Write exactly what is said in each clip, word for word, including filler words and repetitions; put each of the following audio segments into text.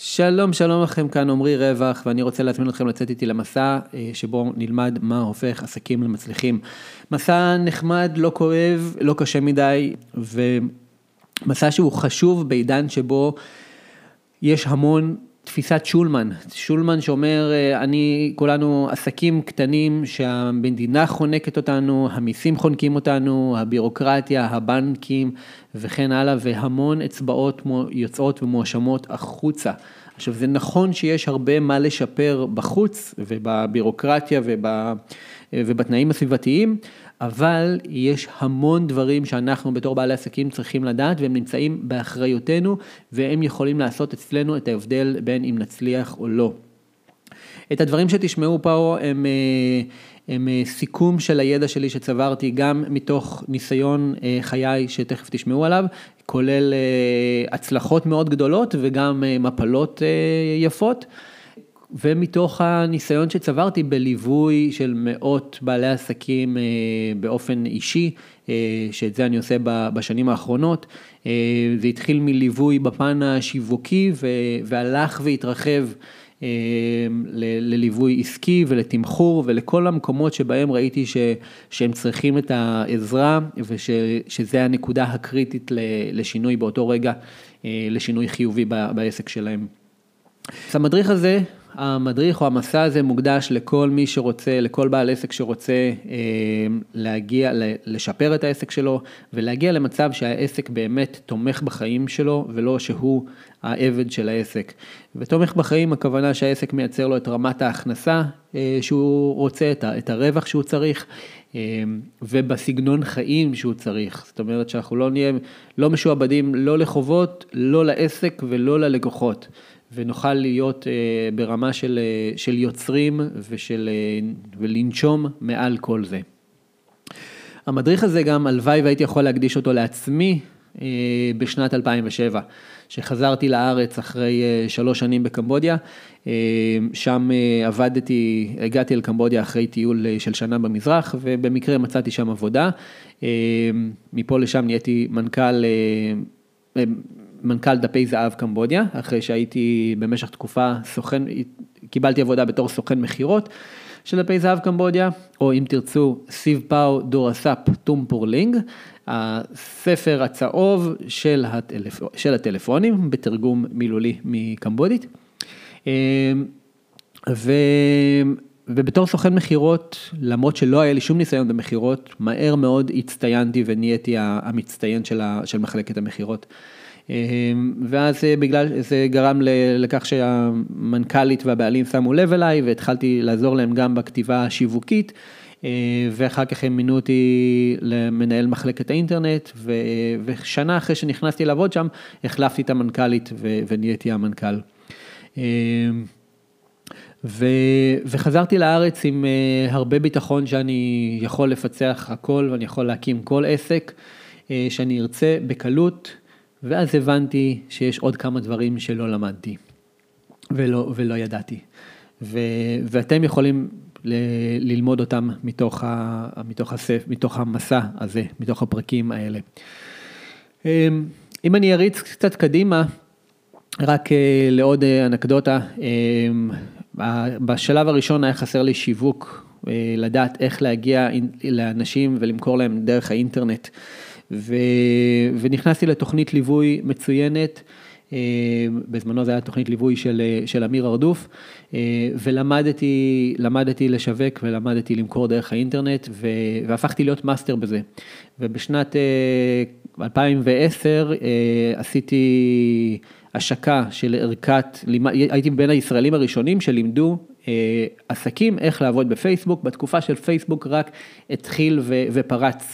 שלום, שלום לכם, כאן עומרי רווח, ואני רוצה להזמין אתכם לצאת איתי למסע שבו נלמד מה הופך עסקים למצליחים. מסע נחמד, לא כואב, לא קשה מדי, ומסע שהוא חשוב בעידן שבו יש המון תפיסת שולמן. שולמן שאומר, אני, כולנו עסקים קטנים שהמדינה חונקת אותנו, המיסים חונקים אותנו, הבירוקרטיה, הבנקים וכן הלאה, והמון אצבעות יוצאות ומואשמות החוצה. עכשיו זה נכון שיש הרבה מה לשפר בחוץ ובבירוקרטיה ובתנאים הסביבתיים, אבל יש המון דברים שאנחנו בתור בעלי עסקים צריכים לדעת, והם נמצאים באחריותנו, והם יכולים לעשות אצלנו את ההבדל בין אם נצליח או לא. את הדברים שתשמעו פה הם, הם סיכום של הידע שלי שצברתי, גם מתוך ניסיון חיי שתכף תשמעו עליו, כולל הצלחות מאוד גדולות וגם מפלות יפות, ומתוך הניסיון שצברתי בליווי של מאות בעלי עסקים באופן אישי, שאת זה אני עושה בשנים האחרונות. זה התחיל מליווי בפן השיווקי והלך והתרחב לליווי עסקי ולתמחור ולכל המקומות שבהם ראיתי שהם צריכים את העזרה, ושזה הנקודה הקריטית לשינוי באותו רגע, לשינוי חיובי בעסק שלהם. המדריך הזה, המדריך או המסע הזה מוקדש לכל מי שרוצה, לכל בעל עסק שרוצה להגיע, לשפר את העסק שלו, ולהגיע למצב שהעסק באמת תומך בחיים שלו, ולא שהוא העבד של העסק. ותומך בחיים, הכוונה שהעסק מייצר לו את רמת ההכנסה שהוא רוצה, את הרווח שהוא צריך, ובסגנון חיים שהוא צריך. זאת אומרת שאנחנו לא נהיה, לא משועבדים, לא לחובות, לא לעסק ולא ללקוחות. ונוכל להיות ברמה של, של יוצרים ושל, ולנשום מעל כל זה. המדריך הזה גם הלוואי והייתי יכול להקדיש אותו לעצמי בשנת אלפיים ושבע, שחזרתי לארץ אחרי שלוש שנים בקמבודיה, שם עבדתי, הגעתי לקמבודיה אחרי טיול של שנה במזרח, ובמקרה מצאתי שם עבודה, מפה לשם נהייתי מנכ"ל, מנכ"ל דפי זהב קמבודיה, אחרי שהייתי במשך תקופה סוכן, קיבלתי עבודה בתור סוכן מחירות של דפי זהב קמבודיה, או אם תרצו, סיב פאו דורסאפ טומפורלינג, הספר הצהוב של, הטלפ... של הטלפונים, בתרגום מילולי מקמבודית. ו... ובתור סוכן מחירות, למרות שלא היה לי שום ניסיון במחירות, מהר מאוד הצטיינתי ונהייתי המצטיין של, ה... של מחלקת המחירות. ואז בגלל זה גרם לכך שהמנכ"לית והבעלים שמו לב אליי, והתחלתי לעזור להם גם בכתיבה השיווקית, ואחר כך הם מינו אותי למנהל מחלקת האינטרנט, ושנה אחרי שנכנסתי לעבוד שם, החלפתי את המנכ"לית ונהייתי המנכ"ל. וחזרתי לארץ עם הרבה ביטחון שאני יכול לפצח הכל, ואני יכול להקים כל עסק שאני ארצה בקלות, ואז הבנתי שיש עוד כמה דברים שלא למדתי ולא, ולא ידעתי. ו, ואתם יכולים ל, ללמוד אותם מתוך, ה, מתוך, הסף, מתוך המסע הזה, מתוך הפרקים האלה. אם אני אריץ קצת קדימה, רק לעוד אנקדוטה, בשלב הראשון היה חסר לי שיווק, לדעת איך להגיע לאנשים ולמכור להם דרך האינטרנט, ו... ונכנסתי לתוכנית ליווי מצוינת, בזמנו זה היה תוכנית ליווי של, של אמיר ארדוף, ולמדתי למדתי לשווק ולמדתי למכור דרך האינטרנט, ו... והפכתי להיות מאסטר בזה. ובשנת אלפיים ועשר עשיתי השקה של ערכת, הייתי בין הישראלים הראשונים שלימדו עסקים איך לעבוד בפייסבוק, בתקופה של פייסבוק רק התחיל ו... ופרץ.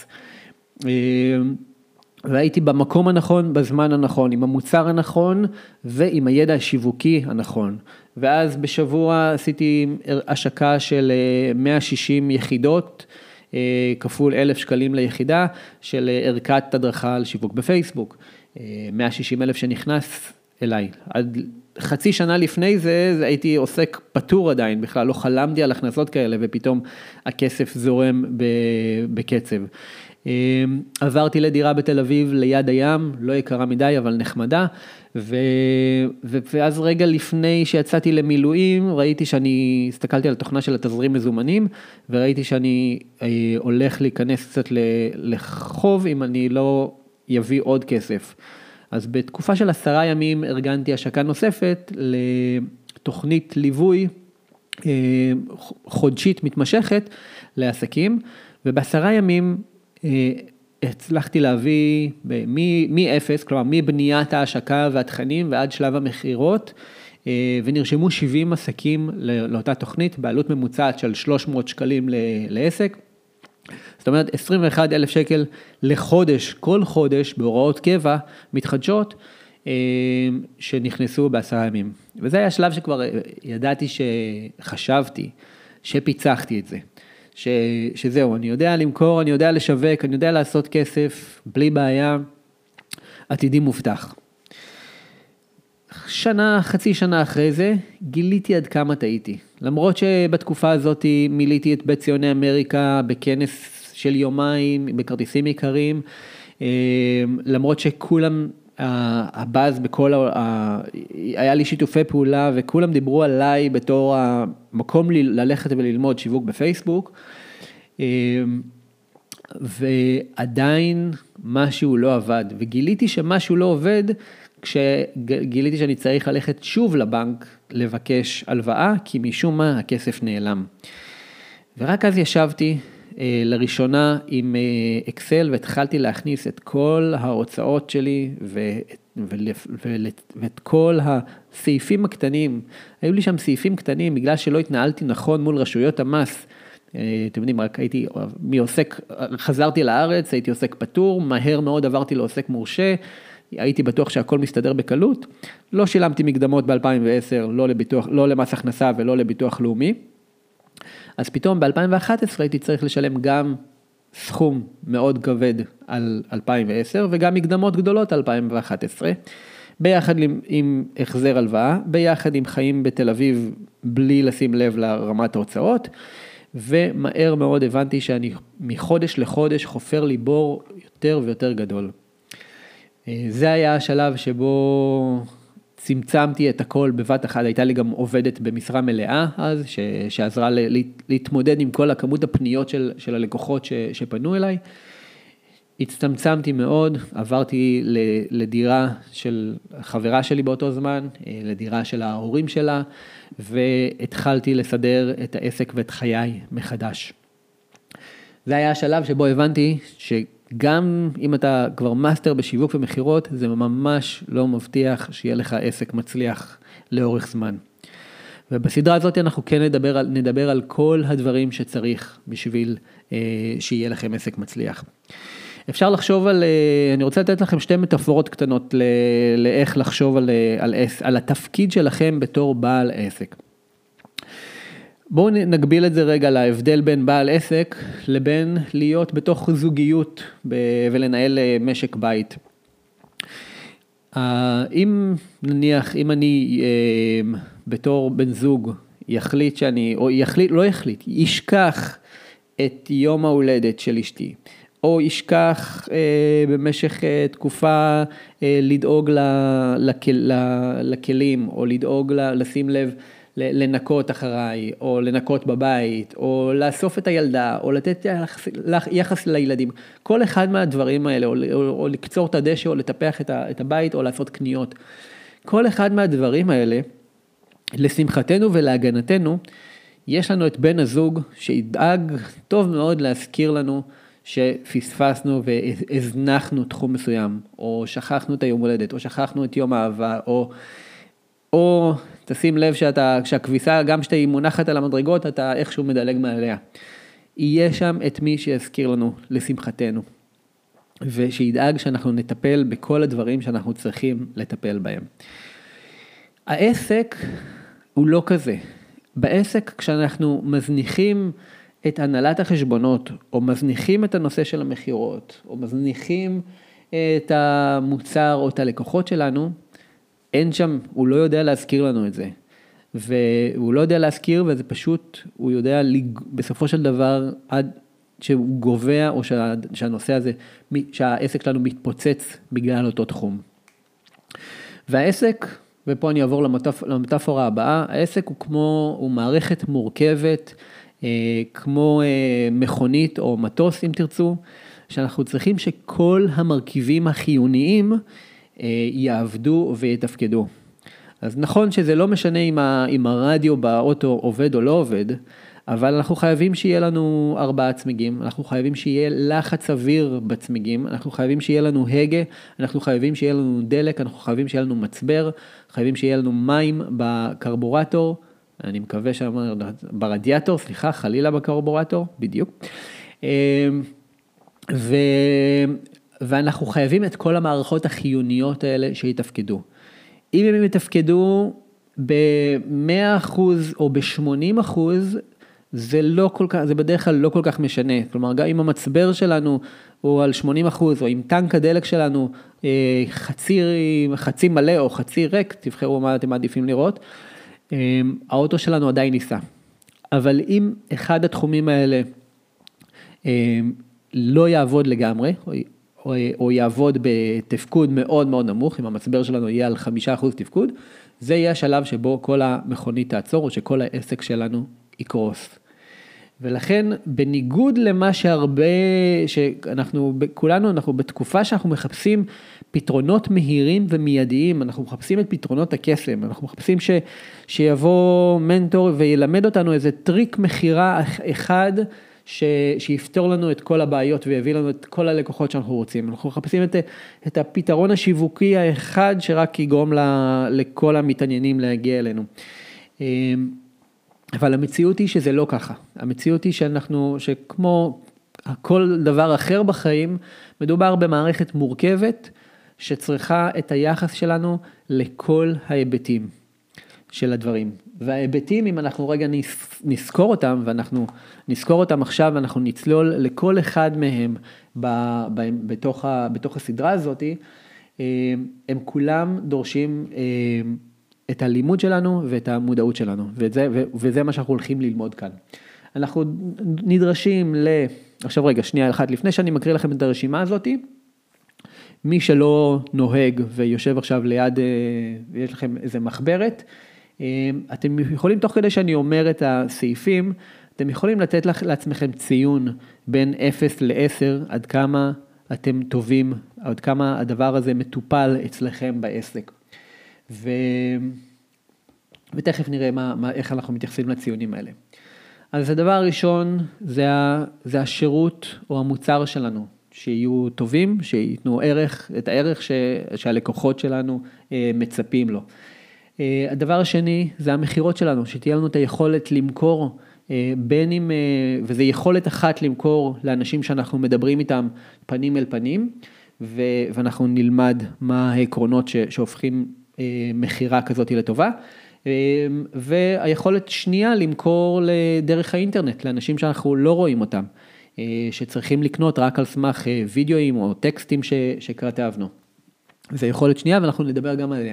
והייתי במקום הנכון, בזמן הנכון, עם המוצר הנכון ועם הידע השיווקי הנכון. ואז בשבוע עשיתי השקה של מאה ושישים יחידות, כפול אלף שקלים ליחידה, של ערכת הדרכה על שיווק בפייסבוק. מאה ושישים אלף שנכנס אליי. עד חצי שנה לפני זה, הייתי עוסק פטור עדיין, בכלל לא חלמתי על הכנסות כאלה, ופתאום הכסף זורם בקצב. עברתי לדירה בתל אביב ליד הים, לא יקרה מדי אבל נחמדה, ו... ו... ואז רגע לפני שיצאתי למילואים, ראיתי שאני, הסתכלתי על התוכנה של התזרים מזומנים, וראיתי שאני אה, הולך להיכנס קצת לחוב אם אני לא יביא עוד כסף. אז בתקופה של עשרה ימים ארגנתי השקה נוספת לתוכנית ליווי אה, חודשית מתמשכת לעסקים, ובעשרה ימים הצלחתי להביא מ-אפס, כלומר מבניית ההשקה והתכנים ועד שלב המחירות, ונרשמו שבעים עסקים לאותה תוכנית, בעלות ממוצעת של שלוש מאות שקלים לעסק. זאת אומרת, עשרים ואחד אלף שקל לחודש, כל חודש, בהוראות קבע מתחדשות, שנכנסו בעשרה ימים. וזה היה שלב שכבר ידעתי שחשבתי, שפיצחתי את זה. ש, שזהו, אני יודע למכור, אני יודע לשווק, אני יודע לעשות כסף, בלי בעיה, עתידי מובטח. שנה, חצי שנה אחרי זה, גיליתי עד כמה טעיתי. למרות שבתקופה הזאת מיליתי את בית ציוני אמריקה בכנס של יומיים, בכרטיסים יקרים, למרות שכולם, הבאז בכל, היה לי שיתופי פעולה, וכולם דיברו עליי בתור המקום ללכת וללמוד שיווק בפייסבוק, ועדיין משהו לא עבד, וגיליתי שמשהו לא עובד, כשגיליתי שאני צריך ללכת שוב לבנק, לבקש הלוואה, כי משום מה הכסף נעלם. ורק אז ישבתי לראשונה עם אקסל, והתחלתי להכניס את כל ההוצאות שלי, ואת כל הסעיפים הקטנים. היו לי שם סעיפים קטנים, בגלל שלא התנהלתי נכון מול רשויות המס. אתם יודעים, רק הייתי, מי עוסק, חזרתי לארץ, הייתי עוסק פטור, מהר מאוד עברתי לעוסק מורשה, הייתי בטוח שהכל מסתדר בקלות, לא שילמתי מקדמות ב-אלפיים ועשר, לא לביטוח, לא למס הכנסה ולא לביטוח לאומי, אז פתאום ב-אלפיים ואחת עשרה הייתי צריך לשלם גם סכום מאוד כבד על אלפיים ועשר, וגם מקדמות גדולות על אלפיים ואחת עשרה, ביחד עם, עם החזר הלוואה, ביחד עם חיים בתל אביב, בלי לשים לב לרמת ההוצאות, ומהר מאוד הבנתי שאני מחודש לחודש חופר לי בור יותר ויותר גדול. זה היה השלב שבו צמצמתי את הכל בבת אחת, הייתה לי גם עובדת במשרה מלאה אז, ש, שעזרה ל, להתמודד עם כל הכמות הפניות של, של הלקוחות ש, שפנו אליי. הצטמצמתי מאוד, עברתי לדירה של חברה שלי באותו זמן, לדירה של ההורים שלה, והתחלתי לסדר את העסק ואת חיי מחדש. זה היה השלב שבו הבנתי שגם אם אתה כבר מאסטר בשיווק ומחירות, זה ממש לא מבטיח שיהיה לך עסק מצליח לאורך זמן. ובסדרה הזאת אנחנו כן נדבר על, נדבר על כל הדברים שצריך בשביל אה, שיהיה לכם עסק מצליח. אפשר לחשוב על, אני רוצה לתת לכם שתי מטאפורות קטנות לאיך לחשוב על, על, על התפקיד שלכם בתור בעל עסק. בואו נגביל את זה רגע להבדל בין בעל עסק לבין להיות בתוך זוגיות ולנהל משק בית. אם נניח, אם אני בתור בן זוג יחליט שאני, או יחליט, לא יחליט, ישכח את יום ההולדת של אשתי, או ישכח אה, במשך אה, תקופה אה, לדאוג ל, לכ, ל, לכלים, או לדאוג ל, לשים לב לנקות אחריי, או לנקות בבית, או לאסוף את הילדה, או לתת יחס, יחס לילדים. כל אחד מהדברים האלה, או, או, או לקצור את הדשא, או לטפח את, ה, את הבית, או לעשות קניות. כל אחד מהדברים האלה, לשמחתנו ולהגנתנו, יש לנו את בן הזוג שידאג טוב מאוד להזכיר לנו שפספסנו והזנחנו תחום מסוים, או שכחנו את היום הולדת, או שכחנו את יום האהבה, או, או תשים לב שאתה, כשהכביסה, גם כשאתה מונחת על המדרגות, אתה איכשהו מדלג מעליה. יהיה שם את מי שיזכיר לנו לשמחתנו, ושידאג שאנחנו נטפל בכל הדברים שאנחנו צריכים לטפל בהם. העסק הוא לא כזה. בעסק, כשאנחנו מזניחים את הנהלת החשבונות, או מזניחים את הנושא של המחירות, או מזניחים את המוצר או את הלקוחות שלנו, אין שם, הוא לא יודע להזכיר לנו את זה. והוא לא יודע להזכיר, וזה פשוט, הוא יודע בסופו של דבר, עד שהוא גובע, או שה, שהנושא הזה, שהעסק שלנו מתפוצץ בגלל אותו תחום. והעסק, ופה אני אעבור למטפ, למטאפורה הבאה, העסק הוא כמו, הוא מערכת מורכבת, אה, כמו אה, מכונית או מטוס אם תרצו, שאנחנו צריכים שכל המרכיבים החיוניים אה, יעבדו ויתפקדו. אז נכון שזה לא משנה אם, ה, אם הרדיו באוטו עובד או לא עובד, אבל אנחנו חייבים שיהיה לנו ארבעה צמיגים, אנחנו חייבים שיהיה לחץ אוויר בצמיגים, אנחנו חייבים שיהיה לנו הגה, אנחנו חייבים שיהיה לנו דלק, אנחנו חייבים שיהיה לנו מצבר, חייבים שיהיה לנו מים בקרבורטור, אני מקווה שאמר, ברדיאטור, סליחה, חלילה בקרבורטור, בדיוק. ו, ואנחנו חייבים את כל המערכות החיוניות האלה שיתפקדו. אם הם יתפקדו ב-מאה אחוז או ב-שמונים אחוז, זה לא כל כך, זה בדרך כלל לא כל כך משנה. כלומר, גם אם המצבר שלנו הוא על שמונים אחוז, או אם טנק הדלק שלנו חצי, חצי מלא או חצי ריק, תבחרו מה אתם מעדיפים לראות, האוטו שלנו עדיין ניסה. אבל אם אחד התחומים האלה לא יעבוד לגמרי, או, או, או יעבוד בתפקוד מאוד מאוד נמוך, אם המצבר שלנו יהיה על חמישה אחוז תפקוד, זה יהיה השלב שבו כל המכונית תעצור, או שכל העסק שלנו יקרוס. ולכן, בניגוד למה שהרבה, שאנחנו, כולנו, אנחנו בתקופה שאנחנו מחפשים פתרונות מהירים ומיידיים, אנחנו מחפשים את פתרונות הקסם, אנחנו מחפשים ש, שיבוא מנטור וילמד אותנו איזה טריק מחירה אחד, ש, שיפתור לנו את כל הבעיות ויביא לנו את כל הלקוחות שאנחנו רוצים. אנחנו מחפשים את, את הפתרון השיווקי האחד שרק יגרום ל, לכל המתעניינים להגיע אלינו. אבל המציאות היא שזה לא ככה. המציאות היא שאנחנו, שכמו כל דבר אחר בחיים, מדובר במערכת מורכבת שצריכה את היחס שלנו לכל ההיבטים של הדברים. וההיבטים, אם אנחנו רגע נזכור אותם, ואנחנו נזכור אותם עכשיו, ואנחנו נצלול לכל אחד מהם בתוך, בתוך הסדרה הזאת, הם כולם דורשים את הלימוד שלנו ואת המודעות שלנו, וזה, וזה מה שאנחנו הולכים ללמוד כאן. אנחנו נדרשים ל... עכשיו רגע, שנייה אחת, לפני שאני מקריא לכם את הרשימה הזאת, מי שלא נוהג ויושב עכשיו ליד, ויש לכם איזה מחברת, אתם יכולים, תוך כדי שאני אומר את הסעיפים, אתם יכולים לתת לעצמכם ציון בין אפס לעשר, עד כמה אתם טובים, עד כמה הדבר הזה מטופל אצלכם בעסק. ו... ותכף נראה מה, מה, איך אנחנו מתייחסים לציונים האלה. אז הדבר הראשון זה, ה... זה השירות או המוצר שלנו, שיהיו טובים, שיתנו ערך, את הערך ש... שהלקוחות שלנו אה, מצפים לו. אה, הדבר השני זה המחירות שלנו, שתהיה לנו את היכולת למכור, אה, בין אם, אה, וזה יכולת אחת למכור לאנשים שאנחנו מדברים איתם פנים אל פנים, ו... ואנחנו נלמד מה העקרונות ש... שהופכים מחירה כזאת לטובה, והיכולת שנייה למכור לדרך האינטרנט, לאנשים שאנחנו לא רואים אותם, שצריכים לקנות רק על סמך וידאוים או טקסטים שכתבנו. זו יכולת שנייה ואנחנו נדבר גם עליה.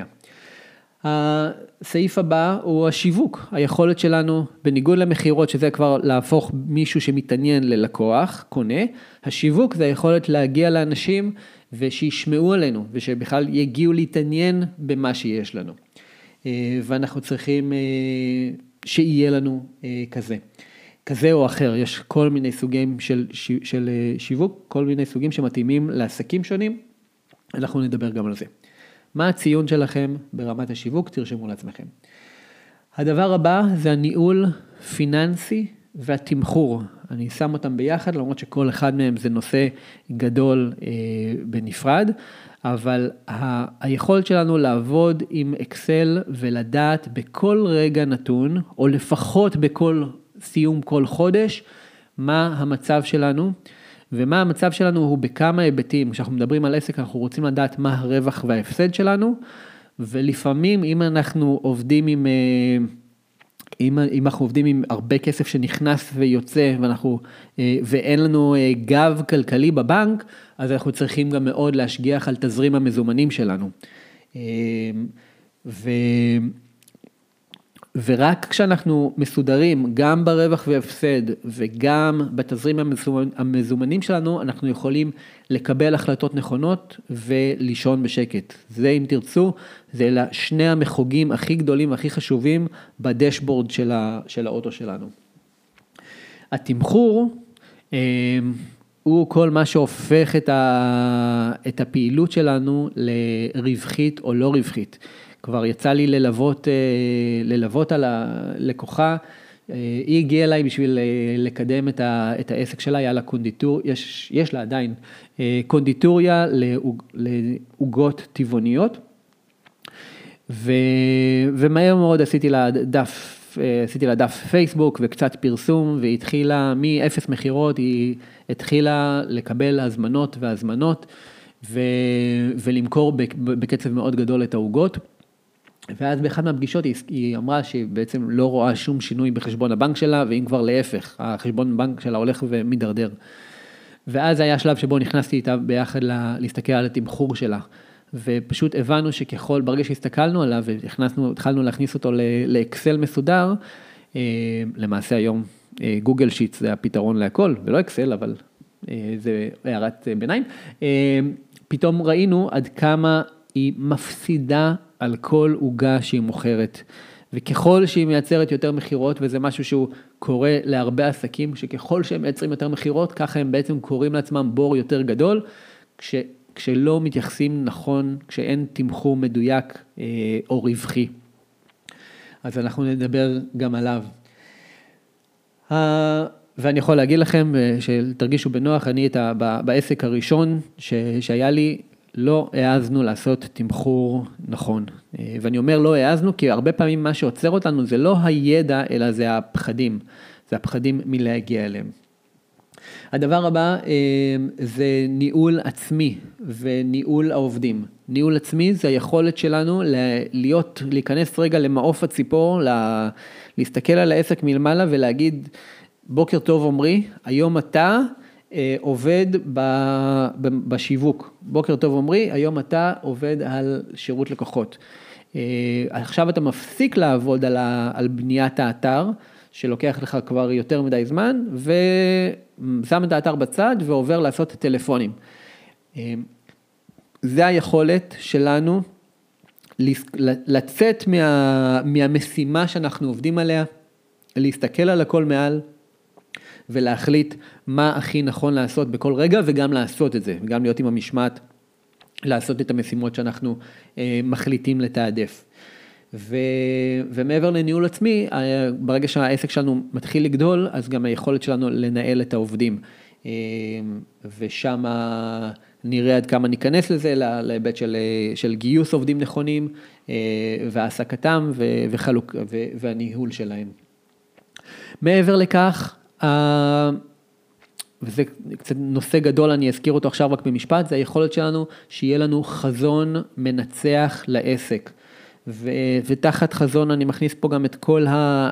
הסעיף הבא הוא השיווק, היכולת שלנו בניגוד למחירות, שזה כבר להפוך מישהו שמתעניין ללקוח, קונה, השיווק זה היכולת להגיע לאנשים ושישמעו עלינו, ושבכלל יגיעו להתעניין במה שיש לנו. ואנחנו צריכים שיהיה לנו כזה. כזה או אחר, יש כל מיני סוגים של, של שיווק, כל מיני סוגים שמתאימים לעסקים שונים, אנחנו נדבר גם על זה. מה הציון שלכם ברמת השיווק? תרשמו לעצמכם. הדבר הבא זה הניהול פיננסי והתמחור. אני שם אותם ביחד, למרות שכל אחד מהם זה נושא גדול אה, בנפרד, אבל ה- היכולת שלנו לעבוד עם אקסל ולדעת בכל רגע נתון, או לפחות בכל סיום כל חודש, מה המצב שלנו, ומה המצב שלנו הוא בכמה היבטים. כשאנחנו מדברים על עסק, אנחנו רוצים לדעת מה הרווח וההפסד שלנו, ולפעמים אם אנחנו עובדים עם... אה, אם, אם אנחנו עובדים עם הרבה כסף שנכנס ויוצא, ואנחנו, ואין לנו גב כלכלי בבנק, אז אנחנו צריכים גם מאוד להשגיח על תזרים המזומנים שלנו. ו, ורק כשאנחנו מסודרים, גם ברווח והפסד, וגם בתזרים המזומנים שלנו, אנחנו יכולים לקבל החלטות נכונות, ולישון בשקט. זה, אם תרצו, זה שני המחוגים הכי גדולים, הכי חשובים, בדשבורד של, ה, של האוטו שלנו. התמחור, הוא כל מה שהופך את, ה, את הפעילות שלנו, לרווחית או לא רווחית. כבר יצא לי ללוות, ללוות על הלקוחה, היא הגיעה אליי בשביל לקדם את, ה, את העסק שלה, היה לה קונדיטור, יש, יש לה עדיין קונדיטוריה לעוגות טבעוניות, ו, ומהר מאוד עשיתי לה דף, עשיתי לה דף פייסבוק וקצת פרסום, והיא התחילה מאפס מחירות, היא התחילה לקבל הזמנות והזמנות, ו, ולמכור בקצב מאוד גדול את העוגות. ואז באחד מהפגישות היא, היא אמרה שהיא בעצם לא רואה שום שינוי בחשבון הבנק שלה, ואם כבר להפך, החשבון בנק שלה הולך ומדרדר. ואז היה שלב שבו נכנסתי איתה ביחד לה, להסתכל על התמחור שלה, ופשוט הבנו שככל, ברגע שהסתכלנו עליו, והכנסנו, התחלנו להכניס אותו לאקסל מסודר, למעשה היום גוגל שיטס זה הפתרון להכל, ולא אקסל, אבל זה הערת ביניים, פתאום ראינו עד כמה היא מפסידה על כל עוגה שהיא מוכרת, וככל שהיא מייצרת יותר מחירות, וזה משהו שהוא קורה להרבה עסקים, שככל שהם מייצרים יותר מחירות, ככה הם בעצם קוראים לעצמם בור יותר גדול, כש, כשלא מתייחסים נכון, כשאין תמחור מדויק אה, או רווחי. אז אנחנו נדבר גם עליו. אה, ואני יכול להגיד לכם, שתרגישו בנוח, אני את ה, בעסק הראשון ש, שהיה לי, לא העזנו לעשות תמחור נכון. ואני אומר לא העזנו, כי הרבה פעמים מה שעוצר אותנו זה לא הידע, אלא זה הפחדים. זה הפחדים מלהגיע אליהם. הדבר הבא זה ניהול עצמי וניהול העובדים. ניהול עצמי זה היכולת שלנו להיות, להיכנס רגע למעוף הציפור, להסתכל על העסק מלמעלה ולהגיד, בוקר טוב עומרי, היום אתה עובד בשיווק. בוקר טוב עומרי, היום אתה עובד על שירות לקוחות. עכשיו אתה מפסיק לעבוד על, על בניית האתר, שלוקח לך כבר יותר מדי זמן, ושם את האתר בצד ועובר לעשות טלפונים. זה היכולת שלנו לצאת מה, מהמשימה שאנחנו עובדים עליה, להסתכל על הכל מעל, ולהחליט מה הכי נכון לעשות בכל רגע, וגם לעשות את זה, וגם להיות עם המשמעת, לעשות את המשימות שאנחנו אה, מחליטים לתעדף. ו, ומעבר לניהול עצמי, ברגע שהעסק שלנו מתחיל לגדול, אז גם היכולת שלנו לנהל את העובדים. אה, ושם נראה עד כמה ניכנס לזה, להיבט של, של גיוס עובדים נכונים, אה, והעסקתם וחלוק, והניהול שלהם. מעבר לכך, וזה קצת נושא גדול, אני אזכיר אותו עכשיו רק במשפט, זה היכולת שלנו שיהיה לנו חזון מנצח לעסק. ו, ותחת חזון אני מכניס פה גם את כל ה,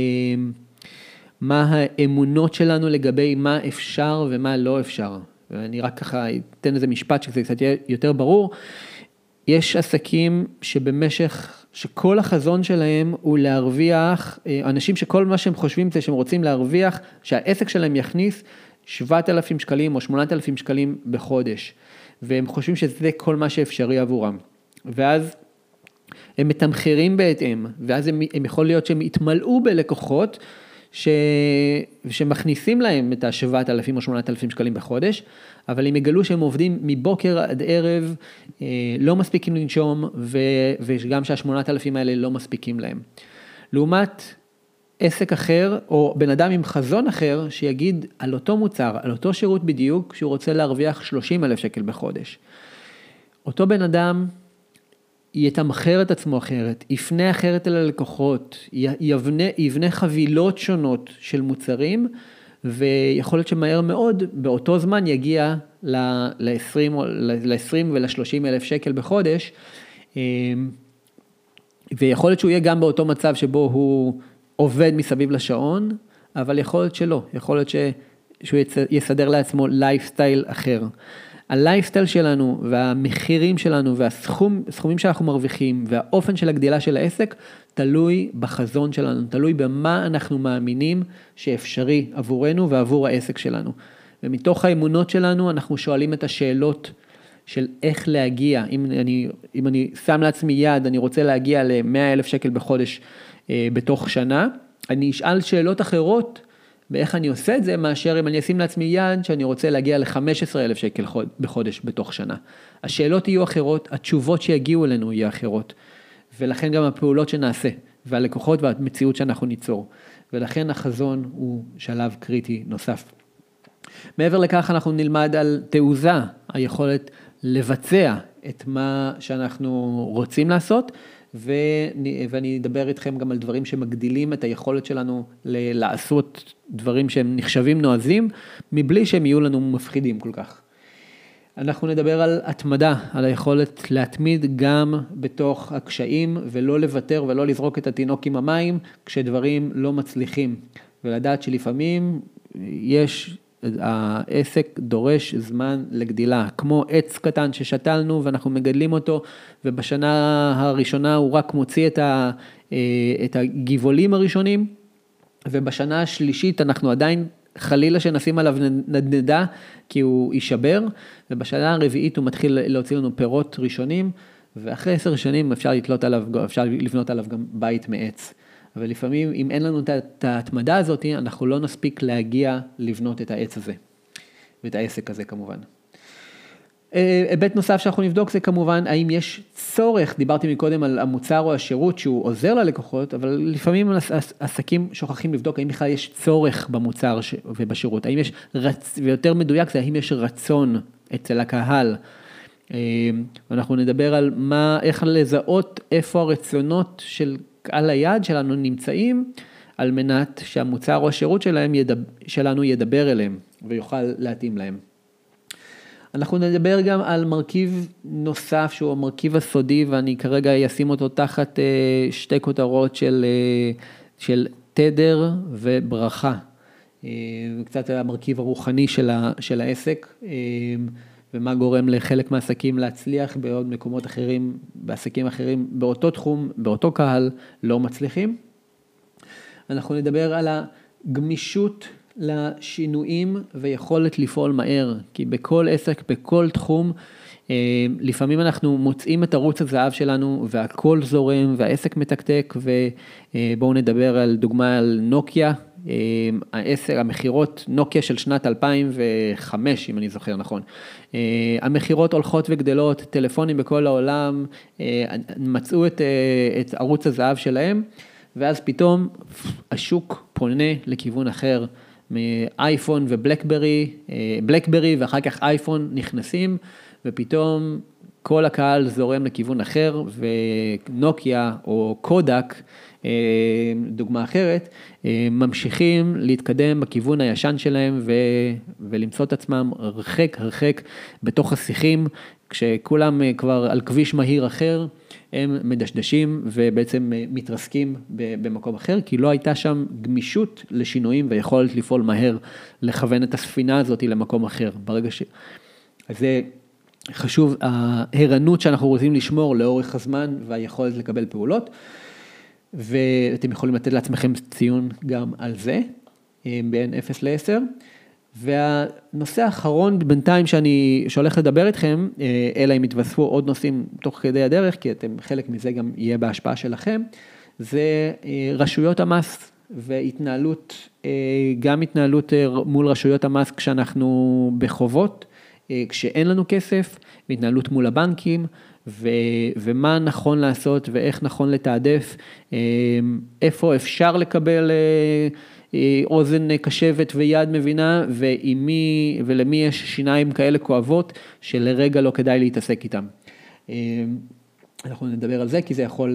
מה האמונות שלנו לגבי מה אפשר ומה לא אפשר. ואני רק ככה אתן איזה משפט שזה קצת יותר ברור. יש עסקים שבמשך, שכל החזון שלהם הוא להרוויח, אנשים שכל מה שהם חושבים זה שהם רוצים להרוויח, שהעסק שלהם יכניס שבעת אלפים שקלים או שמונת אלפים שקלים בחודש, והם חושבים שזה כל מה שאפשרי עבורם. ואז הם מתמחרים בהתאם, ואז הם, הם יכול להיות שהם יתמלאו בלקוחות, ש... שמכניסים להם את ה-שבעת אלפים או שמונת אלפים שקלים בחודש, אבל הם יגלו שהם עובדים מבוקר עד ערב, לא מספיקים לנשום, ו... וגם שה-שמונת אלפים האלה לא מספיקים להם. לעומת עסק אחר, או בן אדם עם חזון אחר, שיגיד על אותו מוצר, על אותו שירות בדיוק, שהוא רוצה להרוויח שלושים אלף שקל בחודש. אותו בן אדם יתמחר את עצמו אחרת, יפנה אחרת אל הלקוחות, יבנה, יבנה חבילות שונות של מוצרים, ויכול להיות שמהר מאוד, באותו זמן יגיע ל-עשרים ול-שלושים אלף שקל בחודש, ויכול להיות שהוא יהיה גם באותו מצב שבו הוא עובד מסביב לשעון, אבל יכול להיות שלא, יכול להיות שהוא יסדר לעצמו לייפסטייל אחר. הלייפסטייל שלנו והמחירים שלנו והסכומים שאנחנו מרוויחים והאופן של הגדילה של העסק, תלוי בחזון שלנו, תלוי במה אנחנו מאמינים שאפשרי עבורנו ועבור העסק שלנו. ומתוך האמונות שלנו אנחנו שואלים את השאלות של איך להגיע, אם אני, אם אני שם לעצמי יד, אני רוצה להגיע ל-מאה אלף שקל בחודש אה, בתוך שנה, אני אשאל שאלות אחרות באיך אני עושה את זה, מאשר אם אני אשים לעצמי יד שאני רוצה להגיע ל-חמישה עשר אלף שקל בחודש בתוך שנה. השאלות יהיו אחרות, התשובות שיגיעו אלינו יהיו אחרות, ולכן גם הפעולות שנעשה, והלקוחות והמציאות שאנחנו ניצור, ולכן החזון הוא שלב קריטי נוסף. מעבר לכך אנחנו נלמד על תעוזה, היכולת לבצע את מה שאנחנו רוצים לעשות, ואני, ואני אדבר איתכם גם על דברים שמגדילים את היכולת שלנו ל- לעשות דברים שהם נחשבים נועזים, מבלי שהם יהיו לנו מפחידים כל כך. אנחנו נדבר על התמדה, על היכולת להתמיד גם בתוך הקשיים, ולא לוותר ולא לזרוק את התינוק עם המים, כשדברים לא מצליחים. ולדעת שלפעמים יש, העסק דורש זמן לגדילה, כמו עץ קטן ששתלנו ואנחנו מגדלים אותו, ובשנה הראשונה הוא רק מוציא את, ה, את הגיבולים הראשונים, ובשנה השלישית אנחנו עדיין חלילה שנשים עליו נדנדה, כי הוא יישבר, ובשנה הרביעית הוא מתחיל להוציא לנו פירות ראשונים, ואחרי עשר שנים אפשר לתלות עליו, אפשר לבנות עליו גם בית מעץ. אבל לפעמים אם אין לנו את ההתמדה הזאת, אנחנו לא נספיק להגיע לבנות את העץ הזה, ואת העסק הזה כמובן. היבט נוסף שאנחנו נבדוק זה כמובן, האם יש צורך, דיברתי מקודם על המוצר או השירות שהוא עוזר ללקוחות, אבל לפעמים עסקים שוכחים לבדוק האם בכלל יש צורך במוצר ובשירות, האם יש רצ... ויותר מדויק זה האם יש רצון אצל הקהל. ואנחנו נדבר על מה, איך לזהות איפה הרצונות של קהל היעד שלנו נמצאים, על מנת שהמוצר או השירות שלהם ידבר, שלנו ידבר אליהם ויוכל להתאים להם. אנחנו נדבר גם על מרכיב נוסף שהוא המרכיב הסודי, ואני כרגע אשים אותו תחת שתי כותרות של, של תדר וברכה. קצת המרכיב הרוחני של, ה, של העסק, ומה גורם לחלק מהעסקים להצליח בעוד מקומות אחרים, בעסקים אחרים באותו תחום, באותו קהל, לא מצליחים. אנחנו נדבר על הגמישות לשינויים ויכולת לפעול מהר, כי בכל עסק, בכל תחום, לפעמים אנחנו מוצאים את ערוץ הזהב שלנו והכל זורם והעסק מתקתק, ובואו נדבר על דוגמה על נוקיה, העסק, המחירות נוקיה של שנת אלפיים וחמש, אם אני זוכר נכון. המחירות הולכות וגדלות, טלפונים בכל העולם, מצאו את, את ערוץ הזהב שלהם, ואז פתאום השוק פונה לכיוון אחר, מאייפון ובלקברי, בלקברי ואחר כך אייפון נכנסים, ופתאום כל הקהל זורם לכיוון אחר, ונוקיה או קודק, דוגמה אחרת, ממשיכים להתקדם בכיוון הישן שלהם, ו... ולמצוא את עצמם הרחק הרחק בתוך השיחים, כשכולם כבר על כביש מהיר אחר, הם מדשדשים ובעצם מתרסקים במקום אחר, כי לא הייתה שם גמישות לשינויים ויכולת לפעול מהר, לכוון את הספינה הזאת למקום אחר. ברגע ש... אז זה חשוב, ההירנות שאנחנו רוצים לשמור לאורך הזמן והיכולת לקבל פעולות, ואתם יכולים לתת לעצמכם ציון גם על זה, בין אפס לעשר. והנושא האחרון בינתיים שאני שהולך לדבר איתכם, אלא אם יתווספו עוד נושאים תוך כדי הדרך, כי אתם חלק מזה גם יהיה בהשפעה שלכם, זה רשויות המס והתנהלות, גם התנהלות מול רשויות המס כשאנחנו בחובות, כשאין לנו כסף, והתנהלות מול הבנקים, ו, ומה נכון לעשות ואיך נכון לתעדף, איפה אפשר לקבל אוזן קשבת ויד מבינה, ועמי, ולמי יש שיניים כאלה כואבות, שלרגע לא כדאי להתעסק איתם. אנחנו נדבר על זה, כי זה יכול,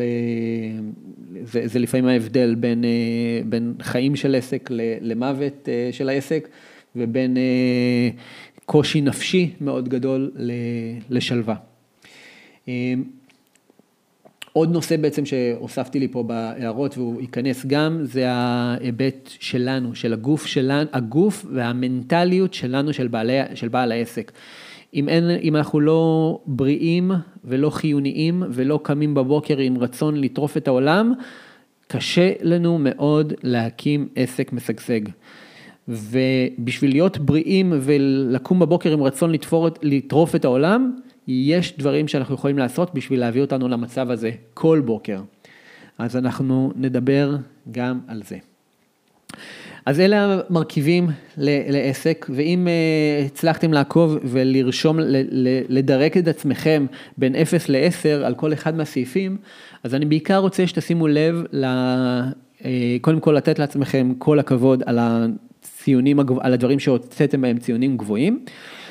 זה, זה לפעמים ההבדל בין, בין חיים של עסק למוות של העסק, ובין קושי נפשי מאוד גדול לשלווה. עוד נושא בעצם שהוספתי לי פה בהערות והוא ייכנס גם, זה ההיבט שלנו, של הגוף שלנו, הגוף והמנטליות שלנו, של בעלי, של בעל העסק. אם, אין, אם אנחנו לא בריאים ולא חיוניים ולא קמים בבוקר עם רצון לטרוף את העולם, קשה לנו מאוד להקים עסק משגשג. ובשביל להיות בריאים ולקום בבוקר עם רצון לתפור, לטרוף את העולם, יש דברים שאנחנו יכולים לעשות בשביל להביא אותנו למצב הזה כל בוקר. אז אנחנו נדבר גם על זה. אז אלה המרכיבים לעסק, ואם הצלחתם לעקוב ולרשום, לדרק את עצמכם בין אפס ל-עשר על כל אחד מהסעיפים, אז אני בעיקר רוצה שתשימו לב, קודם כל לתת לעצמכם כל הכבוד על הציונים, על הדברים שהוצאתם בהם ציונים גבוהים,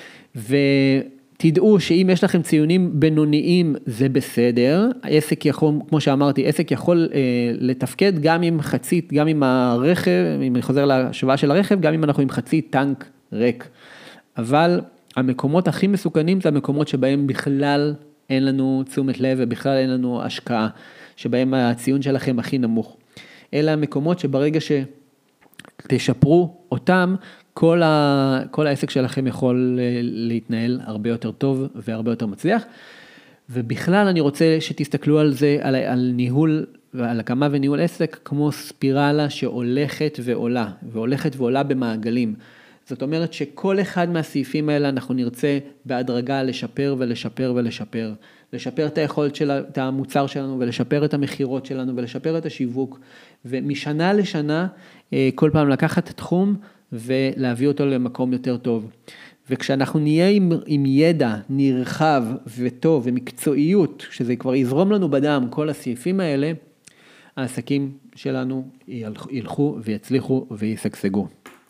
ותדעו שאם יש לכם ציונים בינוניים זה בסדר, העסק יכול, כמו שאמרתי, עסק יכול אה, לתפקד גם עם חצית, גם עם הרכב, אם אני חוזר להשוואה של הרכב, גם אם אנחנו עם חצי טנק ריק. אבל המקומות הכי מסוכנים זה המקומות שבהם בכלל אין לנו תשומת לב ובכלל אין לנו השקעה, שבהם הציון שלכם הכי נמוך. אלה המקומות שברגע שתשפרו אותם, כל, ה, כל העסק שלכם יכול להתנהל הרבה יותר טוב והרבה יותר מצליח, ובכלל אני רוצה שתסתכלו על זה, על, על ניהול ועל הקמה וניהול עסק, כמו ספירלה שהולכת ועולה, והולכת ועולה במעגלים. זאת אומרת שכל אחד מהסעיפים האלה אנחנו נרצה בהדרגה לשפר ולשפר ולשפר, לשפר את היכולת של את המוצר שלנו ולשפר את המחירות שלנו ולשפר את השיווק, ומשנה לשנה כל פעם לקחת תחום ולהביא אותו למקום יותר טוב. וכשאנחנו נהיה עם, עם ידע נרחב וטוב ומקצועיות, שזה כבר יזרום לנו בדם, כל הסעיפים האלה, העסקים שלנו ילכו ויצליחו ויסגשגו.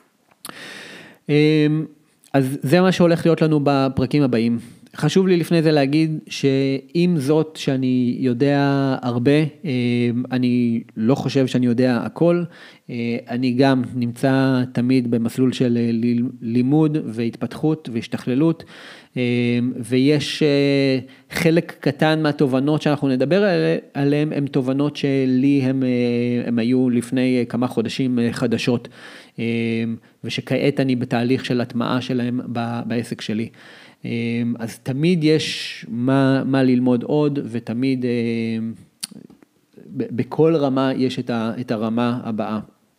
אז זה מה שהולך להיות לנו בפרקים הבאים. חשוב לי לפני זה להגיד שעם זאת שאני יודע הרבה, אני לא חושב שאני יודע הכל, אני גם נמצא תמיד במסלול של לימוד והתפתחות והשתכללות, ויש חלק קטן מהתובנות שאנחנו נדבר עליהן, הן תובנות שלי הם, הם היו לפני כמה חודשים חדשות, ושכעת אני בתהליך של הטמעה שלהם בעסק שלי. אז תמיד יש מה, מה ללמוד עוד, ותמיד בכל רמה יש את, ה, את הרמה הבאה.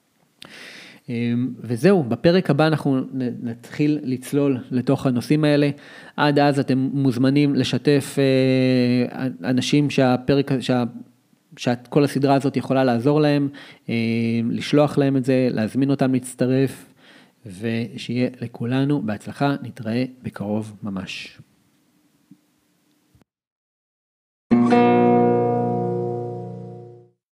וזהו, בפרק הבא אנחנו נתחיל לצלול לתוך הנושאים האלה. עד אז אתם מוזמנים לשתף אנשים שהפרק, שה, שכל הסדרה הזאת יכולה לעזור להם, לשלוח להם את זה, להזמין אותם להצטרף, ושיהיה לכולנו בהצלחה, נתראה בקרוב ממש.